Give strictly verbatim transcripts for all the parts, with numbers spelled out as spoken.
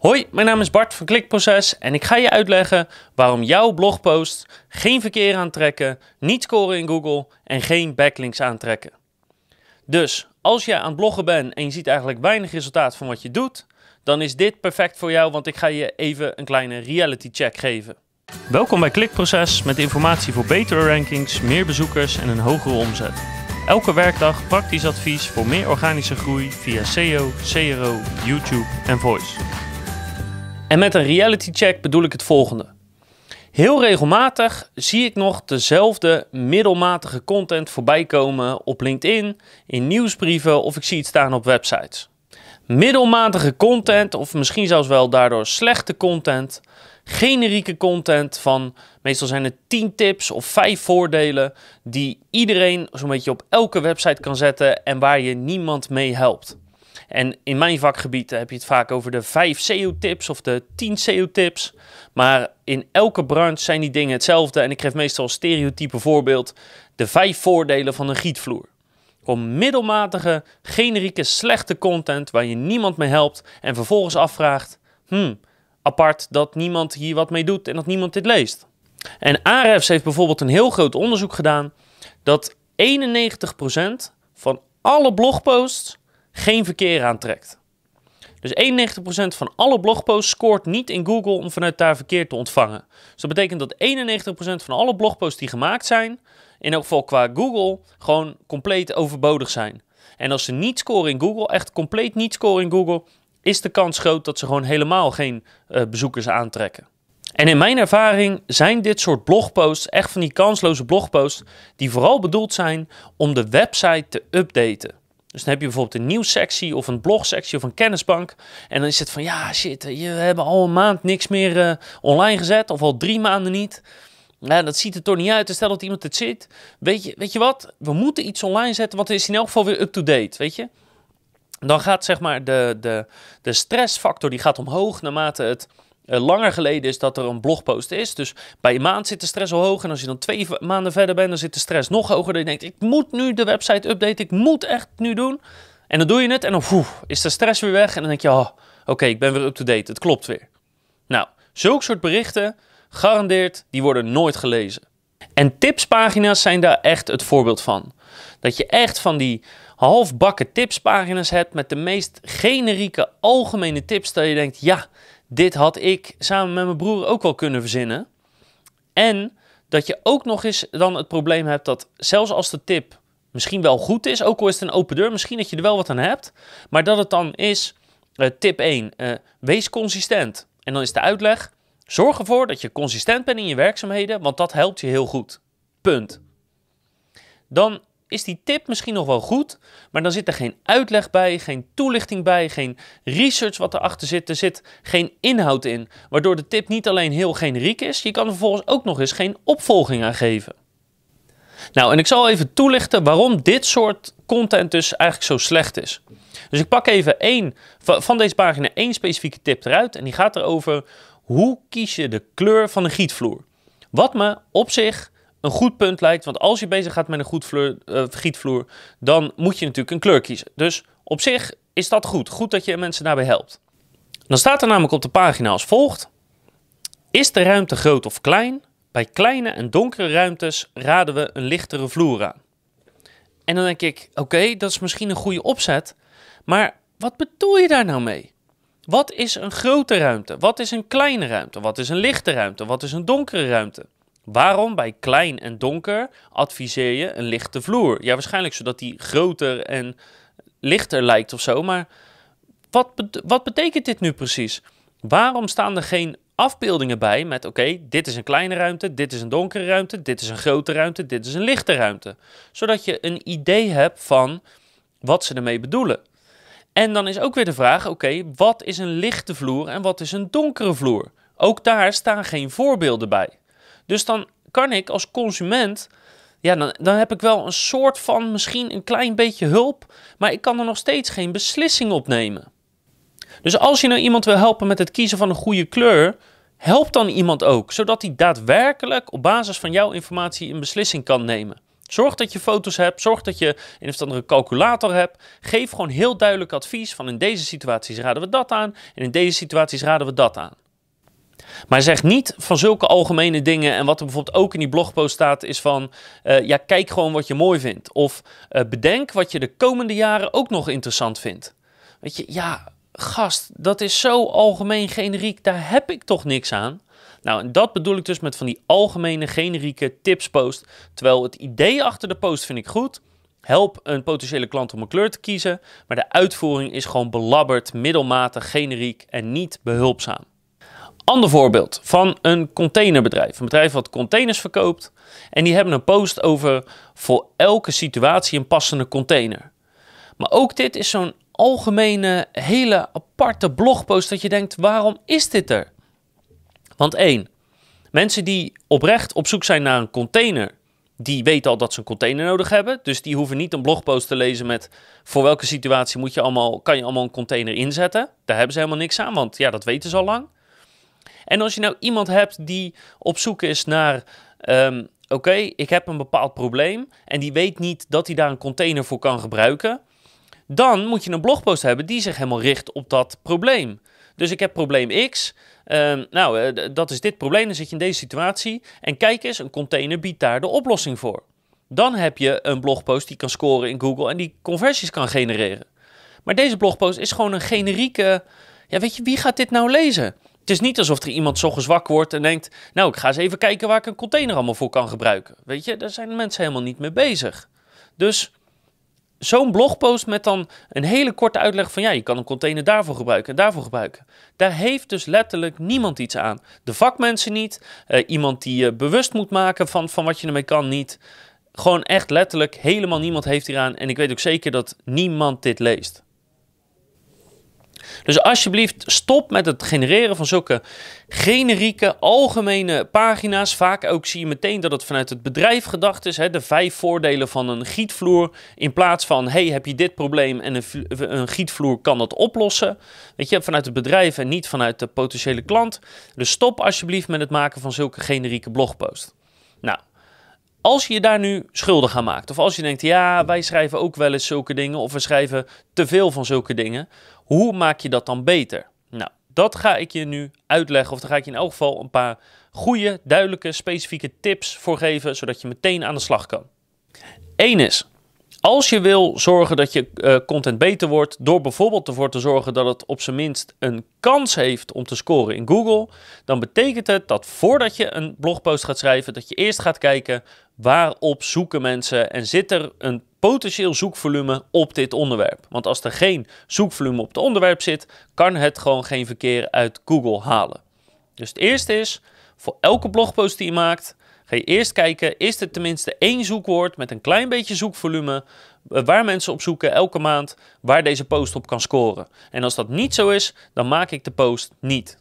Hoi, mijn naam is Bart van Klikproces en ik ga je uitleggen waarom jouw blogposts geen verkeer aantrekken, niet scoren in Google en geen backlinks aantrekken. Dus als je aan het bloggen bent en je ziet eigenlijk weinig resultaat van wat je doet, dan is dit perfect voor jou, want ik ga je even een kleine reality check geven. Welkom bij Klikproces met informatie voor betere rankings, meer bezoekers en een hogere omzet. Elke werkdag praktisch advies voor meer organische groei via S E O, C R O, YouTube en Voice. En met een reality check bedoel ik het volgende. Heel regelmatig zie ik nog dezelfde middelmatige content voorbij komen op LinkedIn, in nieuwsbrieven of ik zie het staan op websites. Middelmatige content of misschien zelfs wel daardoor slechte content, generieke content van meestal zijn het tien tips of vijf voordelen die iedereen zo'n beetje op elke website kan zetten en waar je niemand mee helpt. En in mijn vakgebied heb je het vaak over de vijf S E O-tips of de tien S E O-tips. Maar in elke branche zijn die dingen hetzelfde. En ik geef meestal als stereotype voorbeeld de vijf voordelen van een gietvloer. Om middelmatige, generieke, slechte content waar je niemand mee helpt en vervolgens afvraagt, hmm, apart dat niemand hier wat mee doet en dat niemand dit leest. En Ahrefs heeft bijvoorbeeld een heel groot onderzoek gedaan dat eenennegentig procent van alle blogposts geen verkeer aantrekt. Dus eenennegentig procent van alle blogposts scoort niet in Google om vanuit daar verkeer te ontvangen. Dus dat betekent dat eenennegentig procent van alle blogposts die gemaakt zijn, in elk geval qua Google, gewoon compleet overbodig zijn. En als ze niet scoren in Google, echt compleet niet scoren in Google, is de kans groot dat ze gewoon helemaal geen uh, bezoekers aantrekken. En in mijn ervaring zijn dit soort blogposts echt van die kansloze blogposts die vooral bedoeld zijn om de website te updaten. Dus dan heb je bijvoorbeeld een nieuwssectie of een blogsectie of een kennisbank. En dan is het van, ja shit, je hebben al een maand niks meer uh, online gezet. Of al drie maanden niet. Ja, dat ziet er toch niet uit. Stel dat iemand het ziet. Weet je, weet je wat? We moeten iets online zetten, want het is in elk geval weer up-to-date, weet je. Dan gaat zeg maar de, de, de stressfactor die gaat omhoog naarmate het uh, langer geleden is dat er een blogpost is. Dus bij een maand zit de stress al hoog. En als je dan twee maanden verder bent, dan zit de stress nog hoger. Dan je denkt, ik moet nu de website updaten. Ik moet echt nu doen. En dan doe je het en dan poef, is de stress weer weg. En dan denk je, oh, oké, okay, ik ben weer up-to-date. Het klopt weer. Nou, zulke soort berichten, garandeerd, die worden nooit gelezen. En tipspagina's zijn daar echt het voorbeeld van. Dat je echt van die halfbakken tipspagina's hebt met de meest generieke algemene tips. Dat je denkt, ja, dit had ik samen met mijn broer ook wel kunnen verzinnen. En dat je ook nog eens dan het probleem hebt dat zelfs als de tip misschien wel goed is, ook al is het een open deur, misschien dat je er wel wat aan hebt, maar dat het dan is, uh, tip één, uh, wees consistent. En dan is de uitleg, zorg ervoor dat je consistent bent in je werkzaamheden, want dat helpt je heel goed. Punt. Dan is die tip misschien nog wel goed, maar dan zit er geen uitleg bij, geen toelichting bij, geen research wat erachter zit. Er zit geen inhoud in, waardoor de tip niet alleen heel generiek is, je kan er vervolgens ook nog eens geen opvolging aan geven. Nou, en ik zal even toelichten waarom dit soort content dus eigenlijk zo slecht is. Dus ik pak even één, van deze pagina één specifieke tip eruit en die gaat erover hoe kies je de kleur van een gietvloer. Wat me op zich een goed punt lijkt, want als je bezig gaat met een goed vloer, uh, gietvloer, dan moet je natuurlijk een kleur kiezen. Dus op zich is dat goed. Goed dat je mensen daarbij helpt. Dan staat er namelijk op de pagina als volgt. Is de ruimte groot of klein? Bij kleine en donkere ruimtes raden we een lichtere vloer aan. En dan denk ik, oké, okay, dat is misschien een goede opzet, maar wat bedoel je daar nou mee? Wat is een grote ruimte? Wat is een kleine ruimte? Wat is een lichte ruimte? Wat is een donkere ruimte? Waarom bij klein en donker adviseer je een lichte vloer? Ja, waarschijnlijk zodat die groter en lichter lijkt of zo. Maar wat, be- wat betekent dit nu precies? Waarom staan er geen afbeeldingen bij met oké, okay, dit is een kleine ruimte, dit is een donkere ruimte, dit is een grote ruimte, dit is een lichte ruimte. Zodat je een idee hebt van wat ze ermee bedoelen. En dan is ook weer de vraag, oké, okay, wat is een lichte vloer en wat is een donkere vloer? Ook daar staan geen voorbeelden bij. Dus dan kan ik als consument, ja, dan, dan heb ik wel een soort van misschien een klein beetje hulp, maar ik kan er nog steeds geen beslissing op nemen. Dus als je nou iemand wil helpen met het kiezen van een goede kleur, help dan iemand ook, zodat hij daadwerkelijk op basis van jouw informatie een beslissing kan nemen. Zorg dat je foto's hebt, zorg dat je een of andere calculator hebt. Geef gewoon heel duidelijk advies van in deze situaties raden we dat aan en in deze situaties raden we dat aan. Maar zeg niet van zulke algemene dingen en wat er bijvoorbeeld ook in die blogpost staat is van uh, ja, kijk gewoon wat je mooi vindt. Of uh, bedenk wat je de komende jaren ook nog interessant vindt. Weet je, ja, gast, dat is zo algemeen generiek, daar heb ik toch niks aan. Nou, en dat bedoel ik dus met van die algemene generieke tipspost. Terwijl het idee achter de post vind ik goed. Help een potentiële klant om een kleur te kiezen. Maar de uitvoering is gewoon belabberd, middelmatig, generiek en niet behulpzaam. Ander voorbeeld van een containerbedrijf. Een bedrijf wat containers verkoopt. En die hebben een post over voor elke situatie een passende container. Maar ook dit is zo'n algemene, hele aparte blogpost dat je denkt, waarom is dit er? Want één, mensen die oprecht op zoek zijn naar een container, die weten al dat ze een container nodig hebben. Dus die hoeven niet een blogpost te lezen met voor welke situatie moet je allemaal, kan je allemaal een container inzetten. Daar hebben ze helemaal niks aan, want ja, dat weten ze al lang. En als je nou iemand hebt die op zoek is naar, um, oké, okay, ik heb een bepaald probleem en die weet niet dat hij daar een container voor kan gebruiken, dan moet je een blogpost hebben die zich helemaal richt op dat probleem. Dus ik heb probleem X, uh, nou, uh, dat is dit probleem, dan zit je in deze situatie en kijk eens, een container biedt daar de oplossing voor. Dan heb je een blogpost die kan scoren in Google en die conversies kan genereren. Maar deze blogpost is gewoon een generieke, ja, weet je, wie gaat dit nou lezen? Het is niet alsof er iemand 's ochtends wakker wordt en denkt, nou, ik ga eens even kijken waar ik een container allemaal voor kan gebruiken. Weet je, daar zijn mensen helemaal niet mee bezig. Dus zo'n blogpost met dan een hele korte uitleg van, ja, je kan een container daarvoor gebruiken en daarvoor gebruiken. Daar heeft dus letterlijk niemand iets aan. De vakmensen niet, uh, iemand die je bewust moet maken van, van wat je ermee kan niet. Gewoon echt letterlijk, helemaal niemand heeft hieraan en ik weet ook zeker dat niemand dit leest. Dus alsjeblieft stop met het genereren van zulke generieke, algemene pagina's. Vaak ook zie je meteen dat het vanuit het bedrijf gedacht is. Hè? De vijf voordelen van een gietvloer. In plaats van, hey, heb je dit probleem en een, een gietvloer kan dat oplossen. Weet je, vanuit het bedrijf en niet vanuit de potentiële klant. Dus stop alsjeblieft met het maken van zulke generieke blogposts. Nou, als je je daar nu schuldig aan maakt, of als je denkt, ja, wij schrijven ook wel eens zulke dingen, of we schrijven te veel van zulke dingen, hoe maak je dat dan beter? Nou, dat ga ik je nu uitleggen, of daar ga ik je in elk geval een paar goede, duidelijke, specifieke tips voor geven, zodat je meteen aan de slag kan. Eén is, als je wil zorgen dat je uh, content beter wordt, door bijvoorbeeld ervoor te zorgen dat het op zijn minst een kans heeft om te scoren in Google, dan betekent het dat voordat je een blogpost gaat schrijven, dat je eerst gaat kijken waarop zoeken mensen en zit er een potentieel zoekvolume op dit onderwerp. Want als er geen zoekvolume op het onderwerp zit, kan het gewoon geen verkeer uit Google halen. Dus het eerste is, voor elke blogpost die je maakt, ga je eerst kijken, is er tenminste één zoekwoord met een klein beetje zoekvolume waar mensen op zoeken elke maand, waar deze post op kan scoren. En als dat niet zo is, dan maak ik de post niet.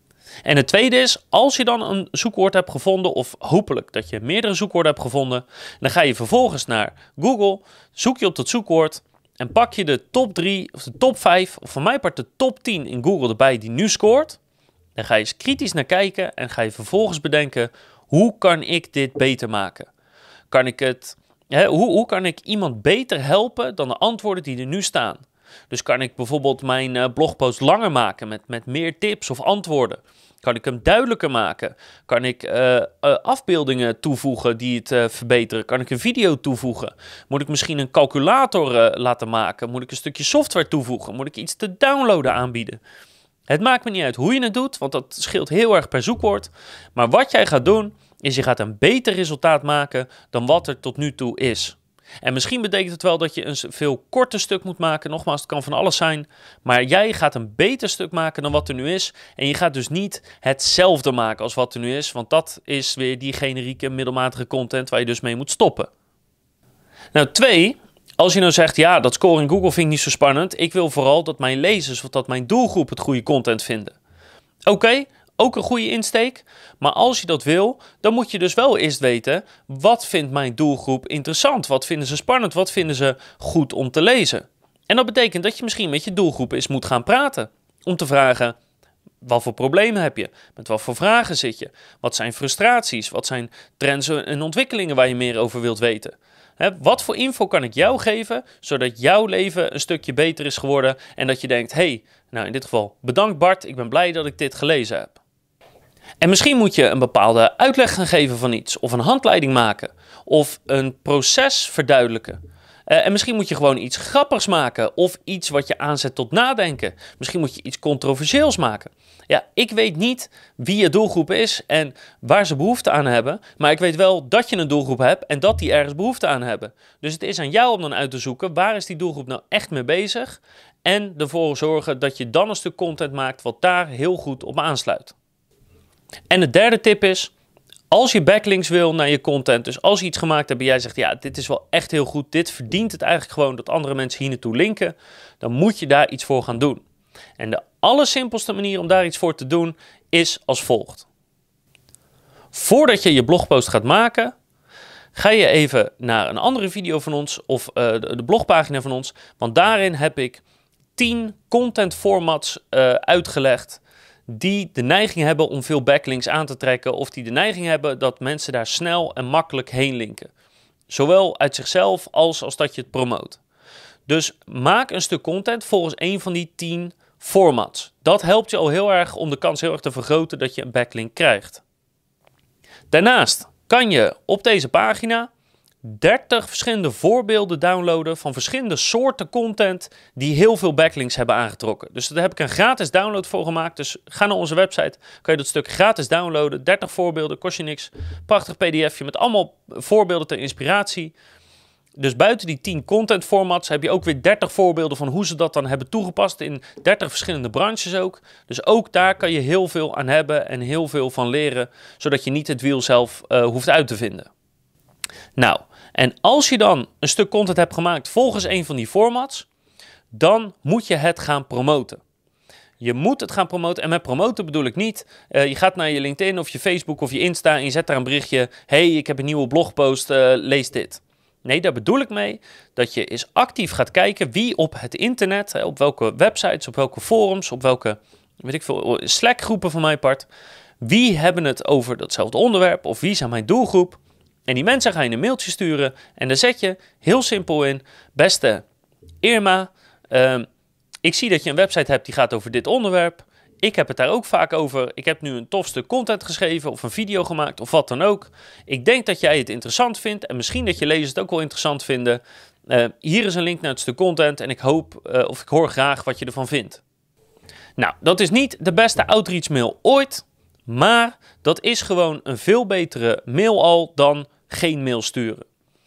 En het tweede is, als je dan een zoekwoord hebt gevonden, of hopelijk dat je meerdere zoekwoorden hebt gevonden, dan ga je vervolgens naar Google, zoek je op dat zoekwoord en pak je de top drie of de top vijf, of van mijn part de top tien in Google erbij die nu scoort. Dan ga je eens kritisch naar kijken en ga je vervolgens bedenken, hoe kan ik dit beter maken? Kan ik het, hè, hoe, hoe kan ik iemand beter helpen dan de antwoorden die er nu staan? Dus kan ik bijvoorbeeld mijn uh, blogpost langer maken met, met meer tips of antwoorden? Kan ik hem duidelijker maken? Kan ik uh, uh, afbeeldingen toevoegen die het uh, verbeteren? Kan ik een video toevoegen? Moet ik misschien een calculator uh, laten maken? Moet ik een stukje software toevoegen? Moet ik iets te downloaden aanbieden? Het maakt me niet uit hoe je het doet, want dat scheelt heel erg per zoekwoord. Maar wat jij gaat doen, is je gaat een beter resultaat maken dan wat er tot nu toe is. En misschien betekent het wel dat je een veel korter stuk moet maken. Nogmaals, het kan van alles zijn. Maar jij gaat een beter stuk maken dan wat er nu is. En je gaat dus niet hetzelfde maken als wat er nu is. Want dat is weer die generieke middelmatige content waar je dus mee moet stoppen. Nou, twee. Als je nou zegt, ja, dat scoren in Google vind ik niet zo spannend. Ik wil vooral dat mijn lezers of dat mijn doelgroep het goede content vinden. Oké. Okay. Ook een goede insteek, maar als je dat wil, dan moet je dus wel eerst weten, wat vindt mijn doelgroep interessant? Wat vinden ze spannend? Wat vinden ze goed om te lezen? En dat betekent dat je misschien met je doelgroep eens moet gaan praten. Om te vragen, Wat voor problemen heb je? Met wat voor vragen zit je? Wat zijn frustraties? Wat zijn trends en ontwikkelingen waar je meer over wilt weten? He, wat voor info kan ik jou geven, zodat jouw leven een stukje beter is geworden en dat je denkt, hé, hey, nou in dit geval bedankt Bart, ik ben blij dat ik dit gelezen heb. En misschien moet je een bepaalde uitleg gaan geven van iets, of een handleiding maken, of een proces verduidelijken. Uh, en misschien moet je gewoon iets grappigs maken, of iets wat je aanzet tot nadenken. Misschien moet je iets controversieels maken. Ja, ik weet niet wie je doelgroep is en waar ze behoefte aan hebben, maar ik weet wel dat je een doelgroep hebt en dat die ergens behoefte aan hebben. Dus het is aan jou om dan uit te zoeken, waar is die doelgroep nou echt mee bezig? En ervoor zorgen dat je dan een stuk content maakt wat daar heel goed op aansluit. En de derde tip is, als je backlinks wil naar je content, dus als je iets gemaakt hebt en jij zegt, ja, dit is wel echt heel goed, dit verdient het eigenlijk gewoon dat andere mensen hier naartoe linken, dan moet je daar iets voor gaan doen. En de allersimpelste manier om daar iets voor te doen is als volgt. Voordat je je blogpost gaat maken, ga je even naar een andere video van ons of uh, de, de blogpagina van ons, want daarin heb ik tien content formats uh, uitgelegd die de neiging hebben om veel backlinks aan te trekken of die de neiging hebben dat mensen daar snel en makkelijk heen linken. Zowel uit zichzelf als als dat je het promoot. Dus maak een stuk content volgens een van die tien formats. Dat helpt je al heel erg om de kans heel erg te vergroten dat je een backlink krijgt. Daarnaast kan je op deze pagina dertig verschillende voorbeelden downloaden van verschillende soorten content die heel veel backlinks hebben aangetrokken. Dus daar heb ik een gratis download voor gemaakt. Dus ga naar onze website, kan je dat stuk gratis downloaden. dertig voorbeelden, kost je niks. Prachtig P D F'je met allemaal voorbeelden ter inspiratie. Dus buiten die tien content formats heb je ook weer dertig voorbeelden van hoe ze dat dan hebben toegepast in dertig verschillende branches ook. Dus ook daar kan je heel veel aan hebben en heel veel van leren, zodat je niet het wiel zelf uh, hoeft uit te vinden. Nou, en als je dan een stuk content hebt gemaakt volgens een van die formats, dan moet je het gaan promoten. Je moet het gaan promoten en met promoten bedoel ik niet, uh, je gaat naar je LinkedIn of je Facebook of je Insta en je zet daar een berichtje, hey, ik heb een nieuwe blogpost, uh, lees dit. Nee, daar bedoel ik mee dat je eens actief gaat kijken wie op het internet, hè, op welke websites, op welke forums, op welke, weet ik veel, Slack groepen van mijn part, wie hebben het over datzelfde onderwerp of wie zijn mijn doelgroep. En die mensen ga je een mailtje sturen en daar zet je heel simpel in, beste Irma, uh, ik zie dat je een website hebt die gaat over dit onderwerp. Ik heb het daar ook vaak over. Ik heb nu een tof stuk content geschreven of een video gemaakt of wat dan ook. Ik denk dat jij het interessant vindt en misschien dat je lezers het ook wel interessant vinden. Uh, hier is een link naar het stuk content en ik hoop uh, of ik hoor graag wat je ervan vindt. Nou, dat is niet de beste outreach mail ooit, maar dat is gewoon een veel betere mail al dan geen mail sturen.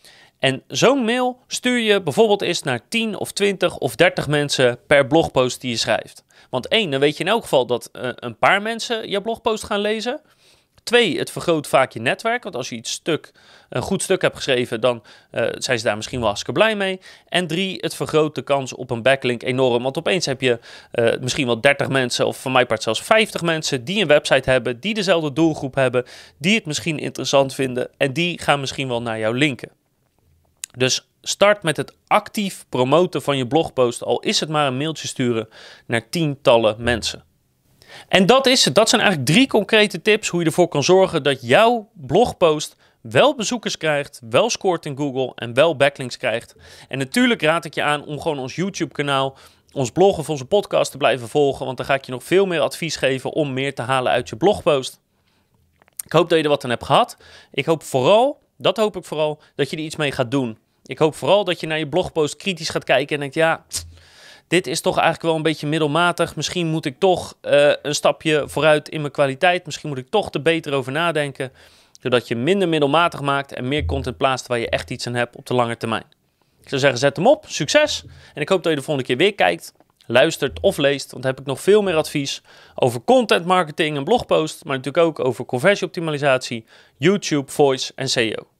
En zo'n mail stuur je bijvoorbeeld eens naar tien of twintig of dertig mensen per blogpost die je schrijft. Want één, dan weet je in elk geval dat uh, een paar mensen je blogpost gaan lezen. Twee, het vergroot vaak je netwerk. Want als je iets stuk, een goed stuk hebt geschreven, dan uh, zijn ze daar misschien wel hartstikke blij mee. En drie, het vergroot de kans op een backlink enorm. Want opeens heb je uh, misschien wel dertig mensen, of van mijn part zelfs vijftig mensen, die een website hebben, die dezelfde doelgroep hebben, die het misschien interessant vinden en die gaan misschien wel naar jou linken. Dus start met het actief promoten van je blogpost, al is het maar een mailtje sturen naar tientallen mensen. En dat is het. Dat zijn eigenlijk drie concrete tips hoe je ervoor kan zorgen dat jouw blogpost wel bezoekers krijgt, wel scoort in Google en wel backlinks krijgt. En natuurlijk raad ik je aan om gewoon ons YouTube kanaal, ons blog of onze podcast te blijven volgen, want dan ga ik je nog veel meer advies geven om meer te halen uit je blogpost. Ik hoop dat je er wat aan hebt gehad. Ik hoop vooral, dat hoop ik vooral, dat je er iets mee gaat doen. Ik hoop vooral dat je naar je blogpost kritisch gaat kijken en denkt, ja, dit is toch eigenlijk wel een beetje middelmatig. Misschien moet ik toch uh, een stapje vooruit in mijn kwaliteit. Misschien moet ik toch er beter over nadenken. Zodat je minder middelmatig maakt en meer content plaatst waar je echt iets aan hebt op de lange termijn. Ik zou zeggen, zet hem op. Succes. En ik hoop dat je de volgende keer weer kijkt, luistert of leest. Want dan heb ik nog veel meer advies over content marketing en blogpost. Maar natuurlijk ook over conversieoptimalisatie, YouTube, voice en S E O.